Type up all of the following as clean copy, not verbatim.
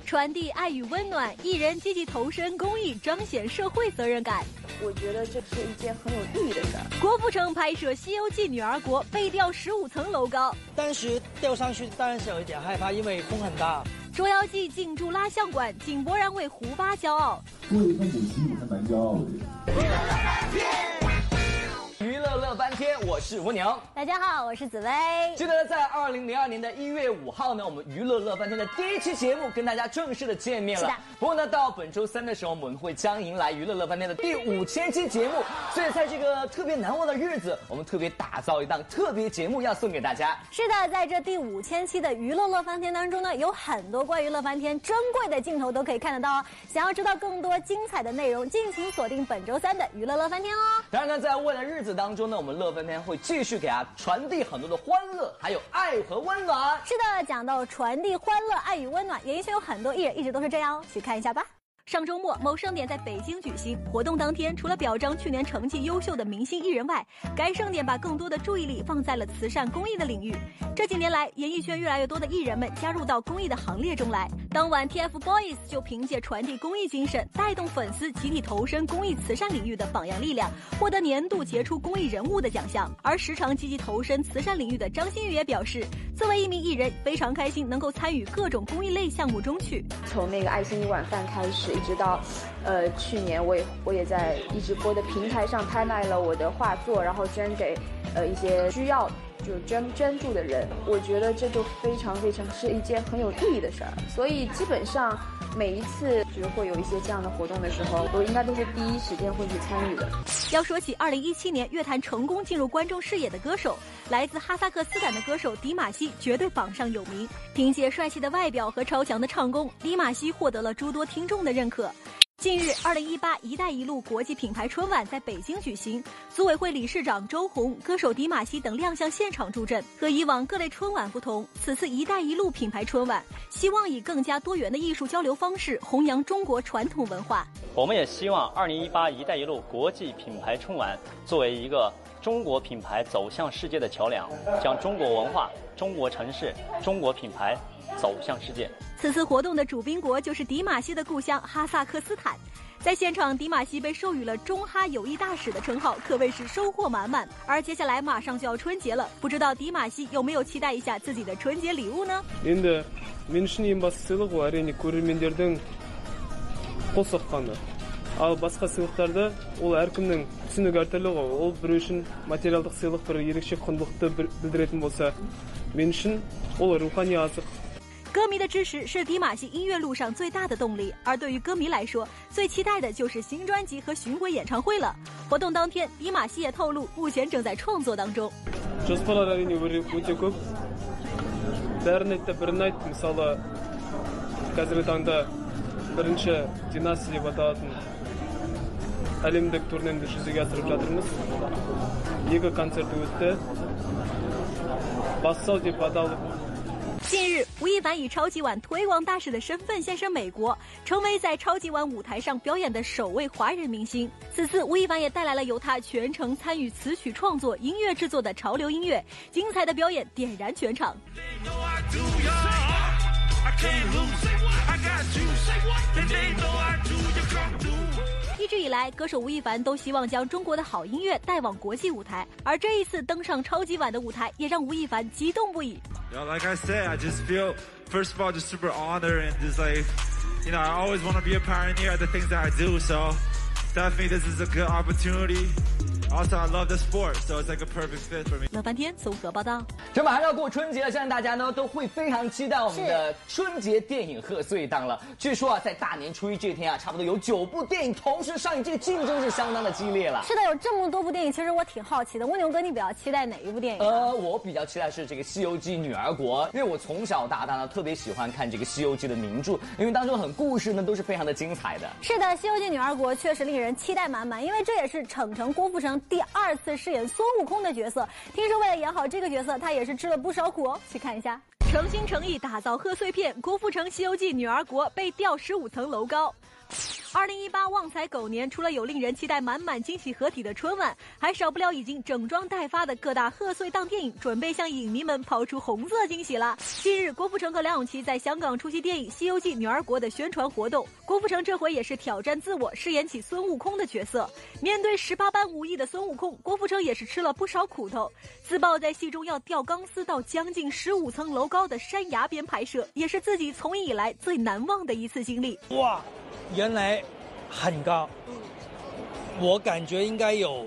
传递爱与温暖，艺人积极投身公益，彰显社会责任感。 我觉得这是一件很有意义的事儿。 郭富城拍摄《西游记女儿国》被吊15层楼高， 当时吊上去当然是有一点害怕，因为风很大。 捉妖记进驻蜡像馆，井柏然为胡巴骄傲。 作为看古奇，我还蛮骄傲的。 娱乐乐翻天，我是蜗牛。 大家好，我是紫薇。 记得在2002年的1月5号呢，我们娱乐乐翻天的第一期节目跟大家正式的见面了。 是的。 不过呢，到本周三的时候，我们会将迎来娱乐乐翻天的第5000期节目，所以在这个特别难忘的日子，我们特别打造一档特别节目要送给大家。 是的，在这第5000期的娱乐乐翻天当中呢，有很多关于乐翻天珍贵的镜头都可以看得到哦。想要知道更多精彩的内容，敬请锁定本周三的娱乐乐翻天哦。 当然呢，在未来日子当中呢，我们乐翻天会继续给大家传递很多的欢乐，还有爱和温暖。 是的，讲到传递欢乐、爱与温暖，演艺圈有很多艺人一直都是这样哦，去看一下吧。上周末，某盛典在北京举行活动当天，除了表彰去年成绩优秀的明星艺人外，该盛典把更多的注意力放在了慈善公益的领域。这几年来，演艺圈越来越多的艺人们加入到公益的行列中来。当晚 ，TFBOYS 就凭借传递公益精神，带动粉丝集体投身公益慈善领域的榜样力量，获得年度杰出公益人物的奖项。而时常积极投身慈善领域的张馨予也表示，作为一名艺人，非常开心能够参与各种公益类项目中去。 从那个爱心一碗饭开始，一直到，去年我也在一直播的平台上拍卖了我的画作，然后捐给一些需要就捐助的人。我觉得这就非常是一件很有意义的事儿。所以基本上每一次就是会有一些这样的活动的时候，我应该都是第一时间会去参与的。 要说起2017年乐坛成功进入观众视野的歌手，来自哈萨克斯坦的歌手迪玛希绝对榜上有名。凭借帅气的外表和超强的唱功，迪玛希获得了诸多听众的认可。近日，2018“一带一路”国际品牌春晚在北京举行，组委会理事长周红、歌手迪玛希等亮相现场助阵。和以往各类春晚不同，此次“一带一路”品牌春晚希望以更加多元的艺术交流方式弘扬中国传统文化。 我们也希望2018“一带一路”国际品牌春晚作为一个中国品牌走向世界的桥梁，将中国文化、中国城市、中国品牌走向世界。 此次活动的主宾国就是迪玛希的故乡哈萨克斯坦。在现场，迪玛希被授予了中哈友谊大使的称号，可谓是收获满满。而接下来马上就要春节了，不知道迪玛希有没有期待一下自己的春节礼物呢？ енді мен үшін ең басты сыйлық ол әрине көрермендердің қол соққаны. Ал басқа сыйлықтарды ол әркімнің түсінігі әртүрлі ғой. Ол біреу үшін материалдық сыйлық бір ерекше құндылықты білдіретін болса, мен үшін ол рухани азық. 歌迷的支持是迪玛希音乐路上最大的动力，而对于歌迷来说，最期待的就是新专辑和巡回演唱会了。活动当天，迪玛希也透露，目前正在创作当中。 жоспарлар әрине өте көп. Бәрін айтты, бірін айт. Мысалы, қазіргі таңда бірінші династия деп аталатын әлемдік турнирді жүзеге асырып жатырмыз. 2 концерт өтті. Бассал деп аталып. 近日，吴亦凡以超级碗推广大使的身份现身美国，成为在超级碗舞台上表演的首位华人明星。此次，吴亦凡也带来了由他全程参与词曲创作、音乐制作的潮流音乐，精彩的表演点燃全场。一直以来，歌手吴亦凡都希望将中国的好音乐带往国际舞台，而这一次登上超级碗的舞台，也让吴亦凡激动不已。 Like I said, I just feel, first of all, just super honored and just like, I always want to be a pioneer at the things that I do, so definitely this is a good opportunity. Also, I love the sport, so it's like a perfect fit for me. 乐翻天综合报道。 这马上要过春节了，相信大家呢都会非常期待我们的春节电影贺岁档了。据说啊，在大年初一这天啊，差不多有9部电影同时上映，这个竞争是相当的激烈了。 是的，有这么多部电影，其实我挺好奇的。蜗牛哥，你比较期待哪一部电影？ 我比较期待是这个《西游记女儿国》，因为我从小到大呢特别喜欢看这个《西游记》的名著，因为当中很故事呢都是非常的精彩的。 是的，《西游记女儿国》确实令人期待满满，因为这也是程程郭富城第2次饰演孙悟空的角色。听说为了演好这个角色，他也是吃了不少苦哦。去看一下，诚心诚意打造贺岁片，郭富城《西游记女儿国》被吊15层楼高。 2018旺财狗年，除了有令人期待满满惊喜合体的春晚，还少不了已经整装待发的各大贺岁档电影，准备向影迷们抛出红色惊喜了。近日，郭富城和梁咏琪在香港出席电影《西游记女儿国》的宣传活动，郭富城这回也是挑战自我，饰演起孙悟空的角色。面对18般武艺的孙悟空，郭富城也是吃了不少苦头，自曝在戏中要吊钢丝到将近15层楼高的山崖边拍摄，也是自己从艺以来最难忘的一次经历。 哇，原来很高，我感觉应该有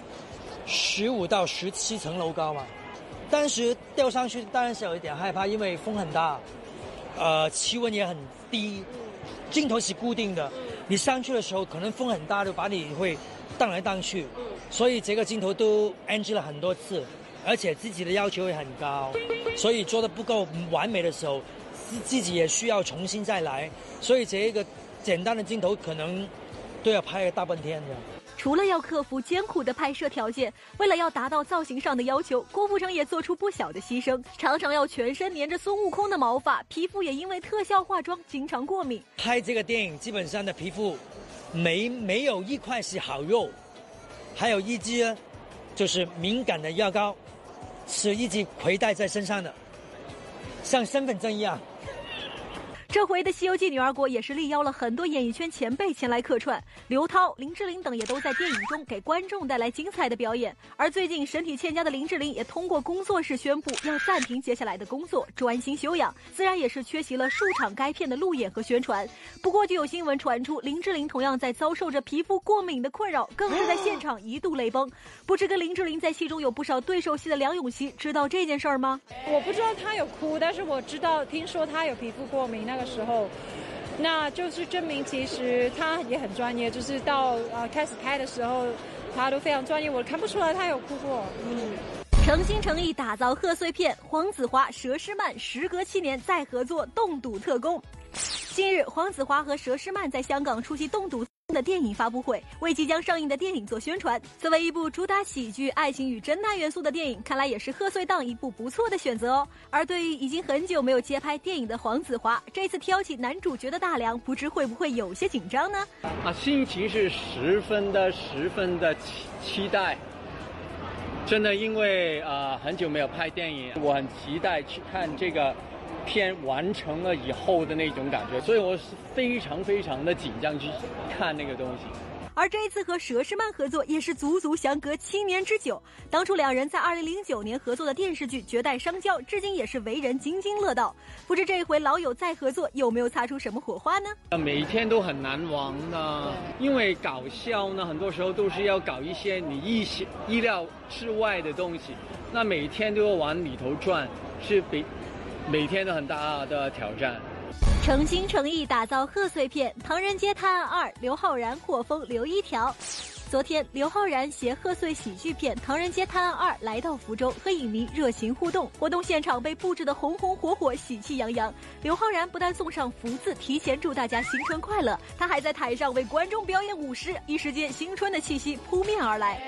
15到17层楼高嘛。当时吊上去当然是有一点害怕，因为风很大，气温也很低，镜头是固定的，你上去的时候可能风很大，就把你会荡来荡去，所以这个镜头都 NG 了很多次，而且自己的要求也很高，所以做的不够完美的时候，自己也需要重新再来，所以这一个简单的镜头可能都要拍大半天的。 除了要克服艰苦的拍摄条件，为了要达到造型上的要求，郭富城也做出不小的牺牲，常常要全身粘着孙悟空的毛发，皮肤也因为特效化妆经常过敏。 拍这个电影基本上的皮肤没有一块是好肉，还有一只就是敏感的药膏，是一直携带在身上的，像身份证一样。 这回的《西游记女儿国》也是力邀了很多演艺圈前辈前来客串，刘涛、林志玲等也都在电影中给观众带来精彩的表演。而最近身体欠佳的林志玲也通过工作室宣布要暂停接下来的工作，专心休养，自然也是缺席了数场该片的路演和宣传。不过就有新闻传出，林志玲同样在遭受着皮肤过敏的困扰，更是在现场一度泪崩。不知跟林志玲在戏中有不少对手戏的梁咏琪知道这件事儿吗？ 我不知道她有哭，但是我听说她有皮肤过敏，那个时候，那就是证明其实他也很专业，就是到开始拍的时候，他都非常专业，我看不出来他有哭过。 诚心诚意打造贺岁片，黄子华、佘诗曼时隔7年再合作《冻赌特工》。近日，黄子华和佘诗曼在香港出席《冻赌》的电影发布会，为即将上映的电影做宣传。作为一部主打喜剧、爱情与侦探元素的电影，看来也是贺岁档一部不错的选择哦。而对于已经很久没有接拍电影的黄子华，这次挑起男主角的大梁，不知会不会有些紧张呢？ 心情是十分的期待，真的，因为很久没有拍电影，我很期待去看这个片完成了以后的那种感觉，所以我是非常的紧张去看那个东西。 而这一次和佘诗曼合作也是足足相隔7年之久。当初两人在2009年合作的电视剧《绝代双骄》，至今也是为人津津乐道。不知这一回老友再合作有没有擦出什么火花呢？ 每天都很难忘的，因为搞笑呢，很多时候都是要搞一些你意料之外的东西，那每天都要往里头转，是每天都很大的挑战。 诚心诚意打造贺岁片《唐人街探案2》，刘昊然获封刘一条。昨天，刘昊然携贺岁喜剧片《唐人街探案2》来到福州，和影迷热情互动。活动现场被布置得红红火火，喜气洋洋。刘昊然不但送上福字，提前祝大家新春快乐，他还在台上为观众表演舞狮，一时间新春的气息扑面而来。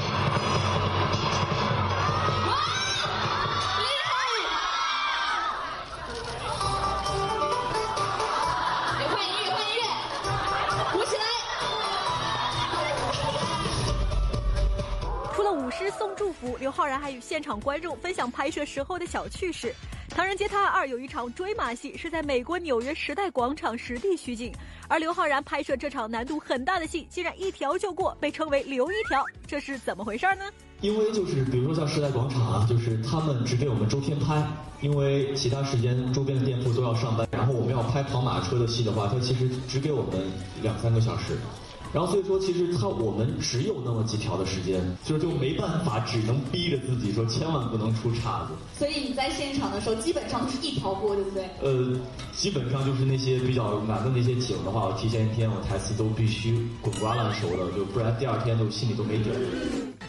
舞狮送祝福，刘昊然还与现场观众分享拍摄时候的小趣事。《唐人街探案2》有一场追马戏是在美国纽约时代广场实地取景，而刘昊然拍摄这场难度很大的戏，竟然一条就过，被称为刘一条，这是怎么回事呢？ 因为就是比如说像时代广场啊，就是他们只给我们周天拍，因为其他时间周边的店铺都要上班，然后我们要拍跑马车的戏的话，它其实只给我们2-3个小时。然后所以说，其实我们只有那么几条的时间，就没办法，只能逼着自己说千万不能出岔子。 所以你在现场的时候，基本上都是一条过，对不对？ 基本上就是那些比较难的那些景的话，我提前1天我台词都必须滚瓜烂熟的，就不然第2天都心里都没底儿。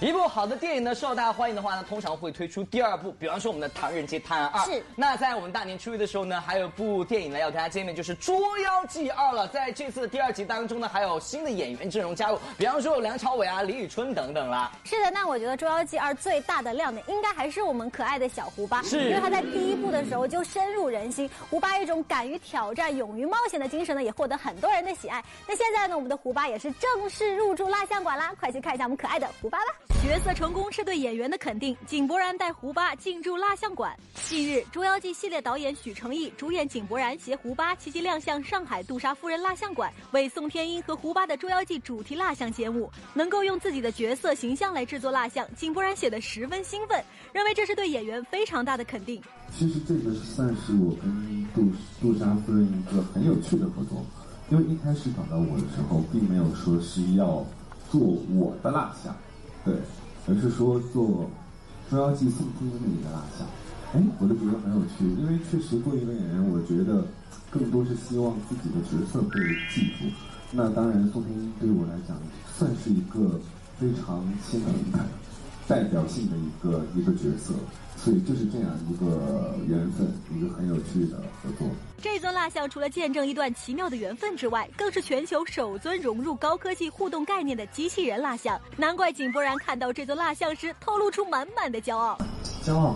一部好的电影呢，受到大家欢迎的话呢，通常会推出第二部，比方说我们的《唐人街探案2》。 是。 那在我们大年初一的时候呢，还有部电影呢要跟大家见面，就是《捉妖记2》了。在这次的第2集当中呢，还有新的演员阵容加入，比方说有梁朝伟啊、李宇春等等啦。 是的，那我觉得《捉妖记2》最大的亮点应该还是我们可爱的小胡巴， 是因为他在第一部的时候就深入人心，胡巴一种敢于挑战、勇于冒险的精神呢，也获得很多人的喜爱。那现在呢，我们的胡巴也是正式入驻蜡像馆啦，快去看一下我们可爱的胡巴吧。角色成功是对演员的肯定，井柏然带胡巴进驻蜡像馆。近日，《捉妖记》系列导演许成义主演井柏然携胡巴齐齐亮相上海杜莎夫人蜡像馆，为宋天英和胡巴的《捉妖记》主题蜡像揭幕。能够用自己的角色形象来制作蜡像，井柏然写得十分兴奋，认为这是对演员非常大的肯定。 其实这个算是我跟杜莎夫人一个很有趣的合作，因为一开始找到我的时候，并没有说是要做我的蜡像，对，而是说做《捉妖记》宋天英的一个蜡像。我就觉得很有趣，因为确实做一个演员，我觉得更多是希望自己的角色被记住。那当然，宋天英对我来讲算是一个非常鲜明的代表性的一个角色，所以就是这样一个缘分，一个很有趣的合作。 这尊蜡像除了见证一段奇妙的缘分之外，更是全球首尊融入高科技互动概念的机器人蜡像。难怪井柏然看到这尊蜡像时，透露出满满的骄傲。 骄傲。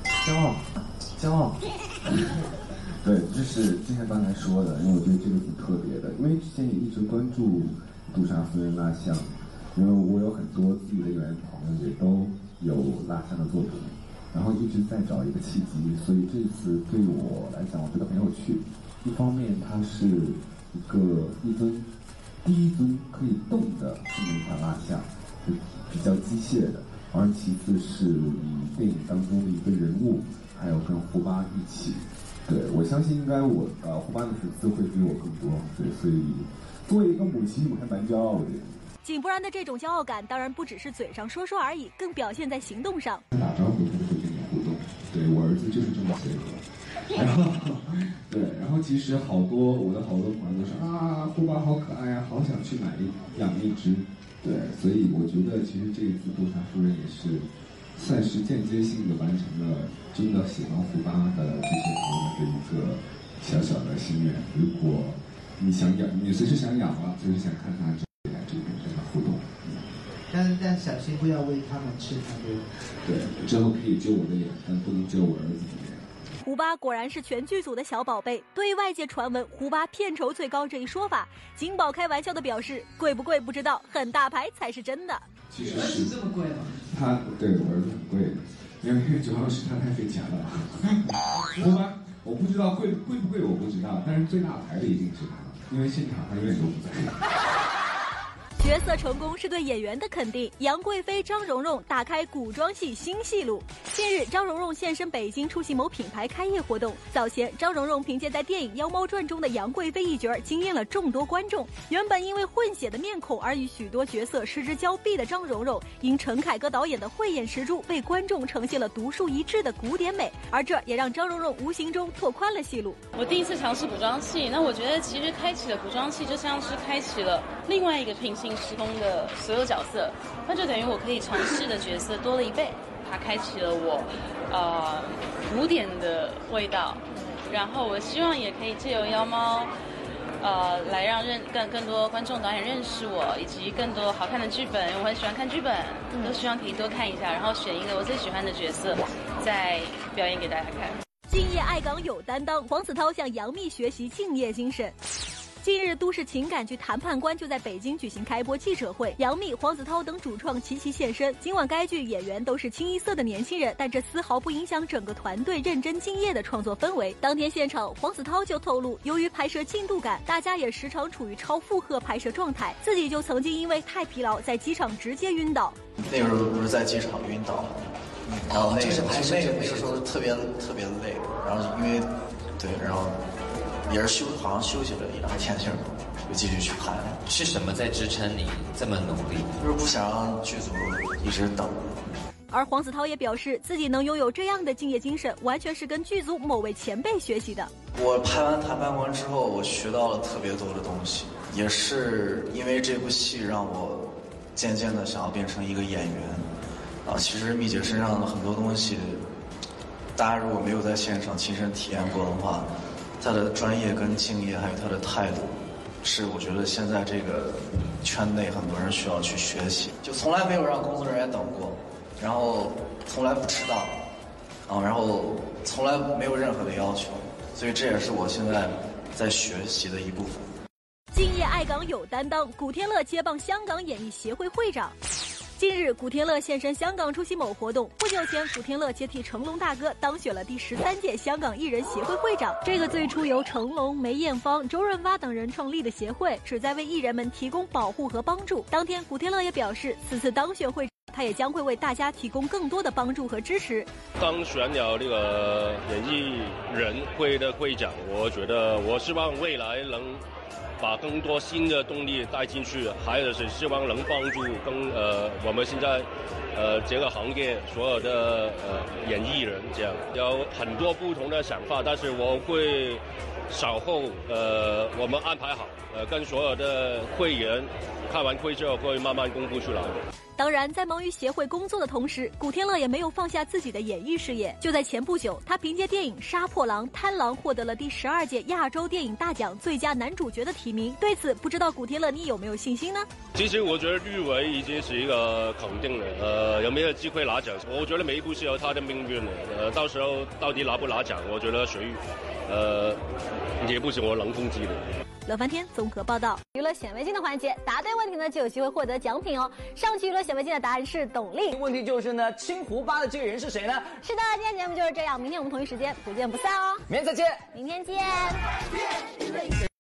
对，就是就像刚才说的，因为我觉得这个挺特别的，因为之前也一直关注杜莎夫人蜡像，因为我有很多自己的演员朋友也都有蜡像的作品，然后一直在找一个契机，所以这次对我来讲，我觉得很有趣。一方面，它是第一尊可以动的这么一款蜡像，是比较机械的，而其次是以电影当中的一个人物，还有跟胡巴一起。对，我相信应该胡巴的粉丝会比我更多，对，所以作为一个母亲，我还蛮骄傲的。 井柏然的这种骄傲感，当然不只是嘴上说说而已，更表现在行动上。 打招呼他就会跟你互动，对我儿子就是这么随和。然后其实我的好多朋友都说啊，胡巴好可爱啊，好想去养一只。对，所以我觉得其实这一次杜莎夫人也是算是间接性的完成了真的喜欢胡巴的这些朋友的一个小小的心愿。如果你随时想养了，就是想看他来这边跟他互动。 但小心不要喂他们吃它们。 对，之后可以揪我的脸，但不能揪我儿子的脸。 胡巴果然是全剧组的小宝贝。对于外界传闻胡巴片酬最高这一说法，金宝开玩笑的表示，贵不贵不知道，很大牌才是真的。 其实是这么贵吗？ 他对我儿子很贵的，因为主要是他太费钱了。胡巴我不知道贵不贵，我不知道，但是最大牌的一定是他，因为现场他永远都不在。 角色成功是对演员的肯定，杨贵妃、张蓉蓉打开古装戏新戏路。近日，张蓉蓉现身北京出席某品牌开业活动。早前，张蓉蓉凭借在电影《妖猫传》中的杨贵妃一角惊艳了众多观众。原本因为混血的面孔而与许多角色失之交臂的张蓉蓉，因陈凯歌导演的慧眼识珠，为观众呈现了独树一帜的古典美，而这也让张蓉蓉无形中拓宽了戏路。 我第一次尝试古装戏，那我觉得其实开启了古装戏，就像是开启了另外一个平行时空的所有角色，那就等于我可以尝试的角色多了1倍，它开启了我古典的味道，然后我希望也可以借由妖猫来让更多观众导演认识我，以及更多好看的剧本，我很喜欢看剧本，都希望可以多看一下，然后选一个我最喜欢的角色再表演给大家看。 敬业爱岗有担当，黄子韬向杨幂学习敬业精神。近日，都市情感剧《谈判官》就在北京举行开播记者会，杨幂、黄子韬等主创齐齐现身。尽管该剧演员都是清一色的年轻人，但这丝毫不影响整个团队认真敬业的创作氛围。当天现场，黄子韬就透露，由于拍摄进度赶，大家也时常处于超负荷拍摄状态，自己就曾经因为太疲劳，在机场直接晕倒。 那个时候不是在机场晕倒，然后那个时候特别累，然后因为然后。也是好像休息了一2天，就继续去拍。 是什么在支撑你这么努力？ 就是不想让剧组一直等。 而黄子韬也表示，自己能拥有这样的敬业精神，完全是跟剧组某位前辈学习的。 我拍完《谈判官》之后，我学到了特别多的东西，也是因为这部戏让我渐渐的想要变成一个演员。 其实蜜姐身上的很多东西，大家如果没有在现场亲身体验过的话，她的专业跟敬业还有她的态度，是我觉得现在这个圈内很多人需要去学习。就从来没有让工作人员等过，然后从来不迟到，然后从来没有任何的要求，所以这也是我现在在学习的一部分。 敬业爱岗有担当，古天乐接棒香港演艺协会会长。近日，古天乐现身香港出席某活动。不久前，古天乐接替成龙大哥当选了第13届香港艺人协会会长。这个最初由成龙、梅艳芳、周润发等人创立的协会，旨在为艺人们提供保护和帮助。当天，古天乐也表示，此次当选会长，他也将会为大家提供更多的帮助和支持。 当选了这个演艺人会的会长，我觉得我希望未来能把更多新的动力带进去，还有是希望能帮助我们现在这个行业所有的演艺人，这样有很多不同的想法，但是我会稍后我们安排好，跟所有的会员开完会之后会慢慢公布出来。 当然，在忙于协会工作的同时，古天乐也没有放下自己的演艺事业。就在前不久，他凭借电影《杀破狼·贪狼》获得了第12届亚洲电影大奖最佳男主角的提名。对此，不知道古天乐你有没有信心呢？ 其实我觉得入围已经是一个肯定了，有没有机会拿奖，我觉得每一部是有他的命运的，到时候到底拿不拿奖，我觉得谁也不是我能控制的。 乐翻天综合报道。娱乐显微镜的环节，答对问题呢就有机会获得奖品哦。上期娱乐显微镜的答案是董力。 问题就是呢，青湖吧的这个人是谁呢？ 是的，今天节目就是这样，明天我们同一时间不见不散哦。 明天再见， 明天见。